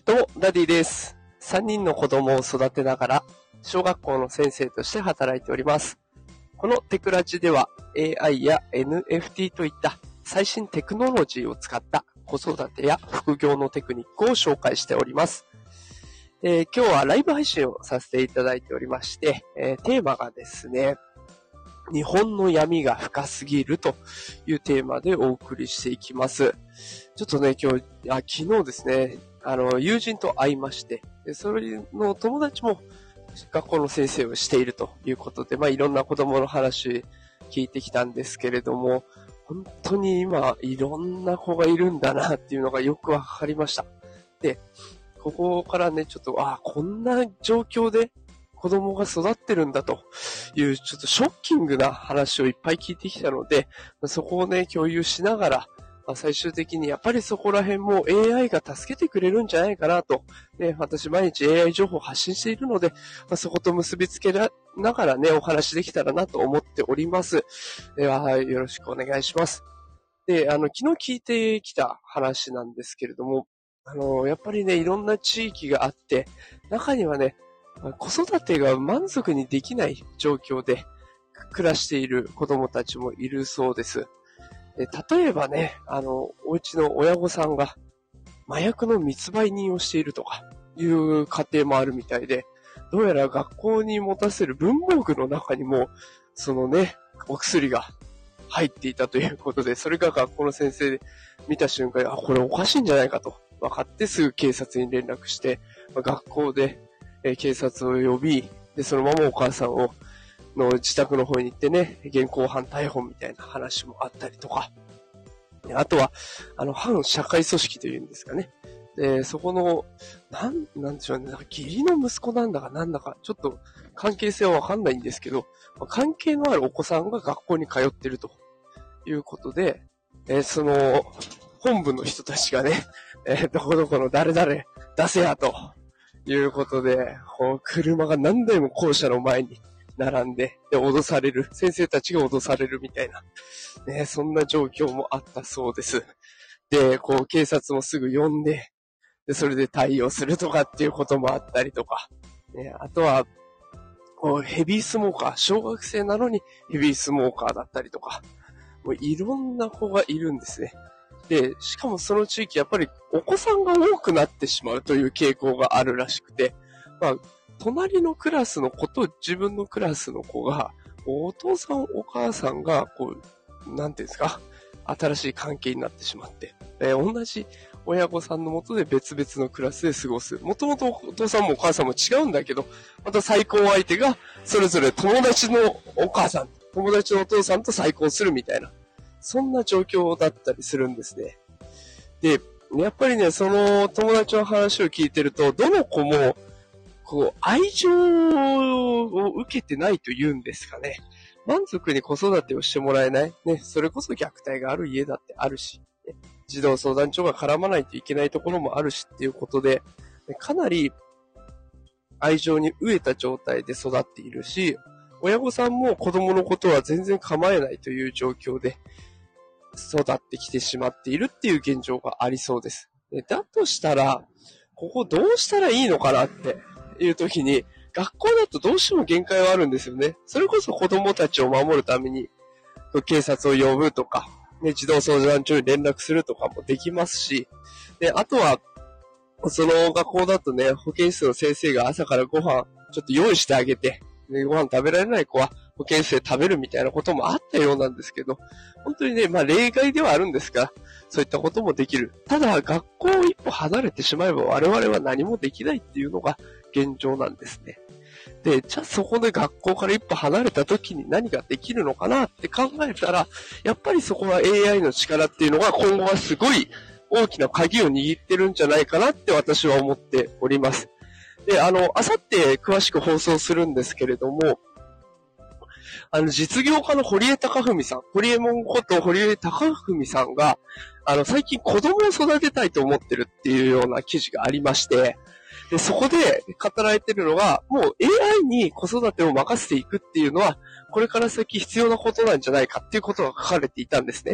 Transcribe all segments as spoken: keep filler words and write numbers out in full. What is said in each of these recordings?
どうも、ダディです。さんにんの子供を育てながら、小学校の先生として働いております。このテクラジでは、エーアイ や エヌエフティー といった最新テクノロジーを使った子育てや副業のテクニックを紹介しております。えー、今日はライブ配信をさせていただいておりまして、えー、テーマがですね、日本の闇が深すぎるというテーマでお送りしていきます。ちょっとね、今日、あ昨日ですね、あの、友人と会いまして、でそれの友達も学校の先生をしているということで、まあいろんな子供の話聞いてきたんですけれども、本当に今いろんな子がいるんだなっていうのがよくわかりました。で、ここからね、ちょっと、あ、こんな状況で子供が育ってるんだというちょっとショッキングな話をいっぱい聞いてきたので、そこをね、共有しながら、最終的にやっぱりそこら辺も エーアイ が助けてくれるんじゃないかなと、ね、私毎日 エーアイ 情報を発信しているので、まあ、そこと結びつけながらね、お話できたらなと思っております。では、よろしくお願いします。で、あの、昨日聞いてきた話なんですけれども、あの、やっぱりね、いろんな地域があって、中にはね、子育てが満足にできない状況で暮らしている子供たちもいるそうです。で例えばね、あの、お家の親御さんが麻薬の密売人をしているとかいう家庭もあるみたいで、どうやら学校に持たせる文房具の中にも、そのね、お薬が入っていたということで、それが学校の先生で見た瞬間に、あ、これおかしいんじゃないかと分かってすぐ警察に連絡して、学校で警察を呼び、で、そのままお母さんをの自宅の方に行ってね、現行犯逮捕みたいな話もあったりとか、あとは、あの、反社会組織というんですかね。で、そこの、なん、なんでしょうね、なんか義理の息子なんだかなんだか、ちょっと関係性はわかんないんですけど、関係のあるお子さんが学校に通ってるということで、えー、その、本部の人たちがね、えー、どこどこの誰々出せやということで、こう車が何台も校舎の前に並んで、で、脅される。先生たちが脅されるみたいな。ね、そんな状況もあったそうです。で、こう、警察もすぐ呼んで、で、それで対応するとかっていうこともあったりとか。ね、あとは、こう、ヘビースモーカー。小学生なのにヘビースモーカーだったりとか。もういろんな子がいるんですね。で、しかもその地域、やっぱりお子さんが多くなってしまうという傾向があるらしくて、まあ、隣のクラスの子と自分のクラスの子が、お父さんお母さんが、こう、なんていうんですか、新しい関係になってしまって、えー、同じ親御さんのもとで別々のクラスで過ごす。もともとお父さんもお母さんも違うんだけど、また再婚相手が、それぞれ友達のお母さん、友達のお父さんと再婚するみたいな、そんな状況だったりするんですね。で、やっぱりね、その友達の話を聞いてると、どの子も、こう、愛情を受けてないと言うんですかね。満足に子育てをしてもらえない。ね、それこそ虐待がある家だってあるし、ね、児童相談所が絡まないといけないところもあるしっていうことで、かなり愛情に飢えた状態で育っているし、親御さんも子供のことは全然構えないという状況で育ってきてしまっているっていう現状がありそうです。でだとしたら、ここどうしたらいいのかなっていう時に、学校だとどうしても限界はあるんですよね。それこそ子供たちを守るために、警察を呼ぶとか、ね、児童相談所に連絡するとかもできますし、で、あとは、その学校だとね、保健室の先生が朝からご飯ちょっと用意してあげて、ね、ご飯食べられない子は保健室で食べるみたいなこともあったようなんですけど、本当にね、まあ例外ではあるんですが、そういったこともできる。ただ、学校を一歩離れてしまえば我々は何もできないっていうのが現状なんですね。で、じゃあそこで学校から一歩離れた時に何ができるのかなって考えたら、やっぱりそこは エーアイ の力っていうのが今後はすごい大きな鍵を握ってるんじゃないかなって私は思っております。で、あの、あさって詳しく放送するんですけれども、あの、実業家の堀江貴文さん、堀江門こと堀江貴文さんが、あの、最近子供を育てたいと思ってるっていうような記事がありまして、で、そこで語られているのが、もう エーアイ に子育てを任せていくっていうのは、これから先必要なことなんじゃないかっていうことが書かれていたんですね。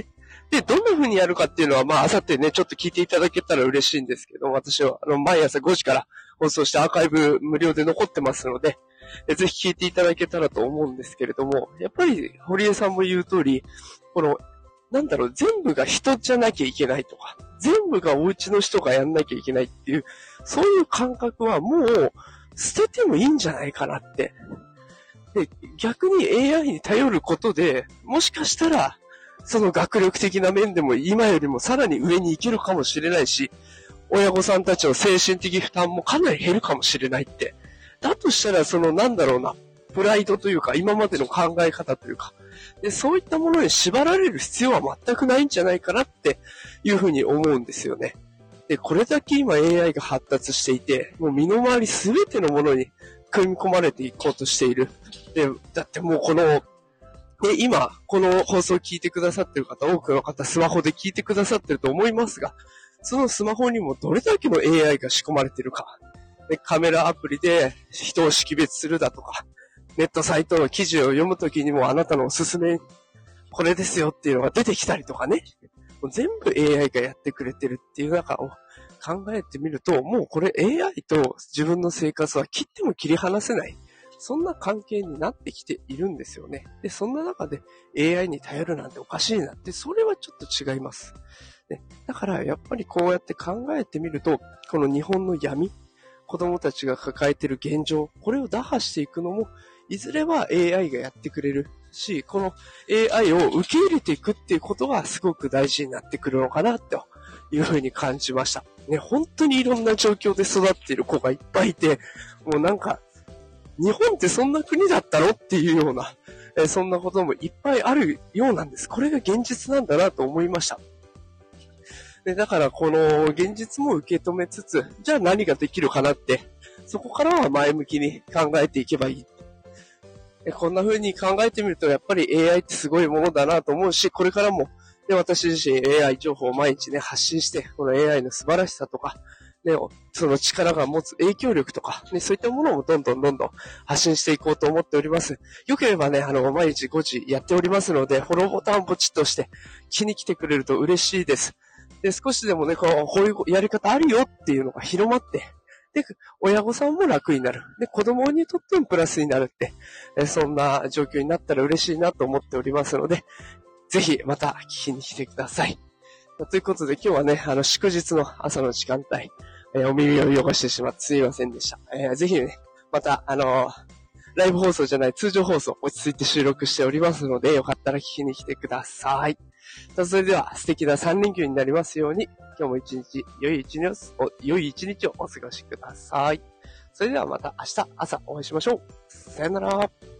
で、どんな風にやるかっていうのは、まあ、あさってね、ちょっと聞いていただけたら嬉しいんですけど、私は、あの、毎朝ごじから放送してアーカイブ無料で残ってますので、ぜひ聞いていただけたらと思うんですけれども、やっぱり、堀江さんも言う通り、この、なんだろう、全部が人じゃなきゃいけないとか、全部がお家の人がやんなきゃいけないっていう、そういう感覚はもう、捨ててもいいんじゃないかなって。で、逆に エーアイ に頼ることで、もしかしたら、その学力的な面でも今よりもさらに上に行けるかもしれないし、親御さんたちの精神的負担もかなり減るかもしれないって。だとしたら、そのなんだろうな、プライドというか、今までの考え方というか、でそういったものに縛られる必要は全くないんじゃないかなっていうふうに思うんですよね。で、これだけ今 エーアイ が発達していて、もう身の回りすべてのものに組み込まれていこうとしている。で、だってもうこの、ね、今、この放送を聞いてくださっている方、多くの方、スマホで聞いてくださっていると思いますが、そのスマホにもどれだけの エーアイ が仕込まれているか。で、カメラアプリで人を識別するだとか、ネットサイトの記事を読むときにもあなたのおすすめ、これですよっていうのが出てきたりとかね。もう全部 エーアイ がやってくれてるっていう中を考えてみると、もうこれ エーアイ と自分の生活は切っても切り離せない。そんな関係になってきているんですよね。で、そんな中で エーアイ に頼るなんておかしいなって、それはちょっと違います。ね、だからやっぱりこうやって考えてみると、この日本の闇、子供たちが抱えている現状、これを打破していくのも、いずれは エーアイ がやってくれるし、この エーアイ を受け入れていくっていうことがすごく大事になってくるのかなというふうに感じました。ね、本当にいろんな状況で育っている子がいっぱいいて、もうなんか、日本ってそんな国だったのっていうような、えそんなこともいっぱいあるようなんです。これが現実なんだなと思いました。で、だからこの現実も受け止めつつ、じゃあ何ができるかなって、そこからは前向きに考えていけばいい。でこんな風に考えてみると、やっぱり エーアイ ってすごいものだなと思うし、これからも、ね、私自身 エーアイ 情報を毎日ね、発信して、この エーアイ の素晴らしさとか、ね、その力が持つ影響力とか、ね、そういったものをどんどんどんどん発信していこうと思っております。よければね、あの、毎日ごじやっておりますので、フォローボタンをポチッとして、気に来てくれると嬉しいです。で、少しでもね、こう、こういうやり方あるよっていうのが広まって、で、親御さんも楽になる。で、子供にとってもプラスになるって、えそんな状況になったら嬉しいなと思っておりますので、ぜひまた聞きに来てください。ということで今日はね、あの、祝日の朝の時間帯、えー、お耳を汚してしまってすいませんでした。えー、ぜひね、また、あのー、ライブ放送じゃない通常放送落ち着いて収録しておりますので、よかったら聞きに来てください。それでは素敵なさん連休になりますように、今日も一日、良い一日を、良い一日をお過ごしください。それではまた明日朝お会いしましょう。さよなら。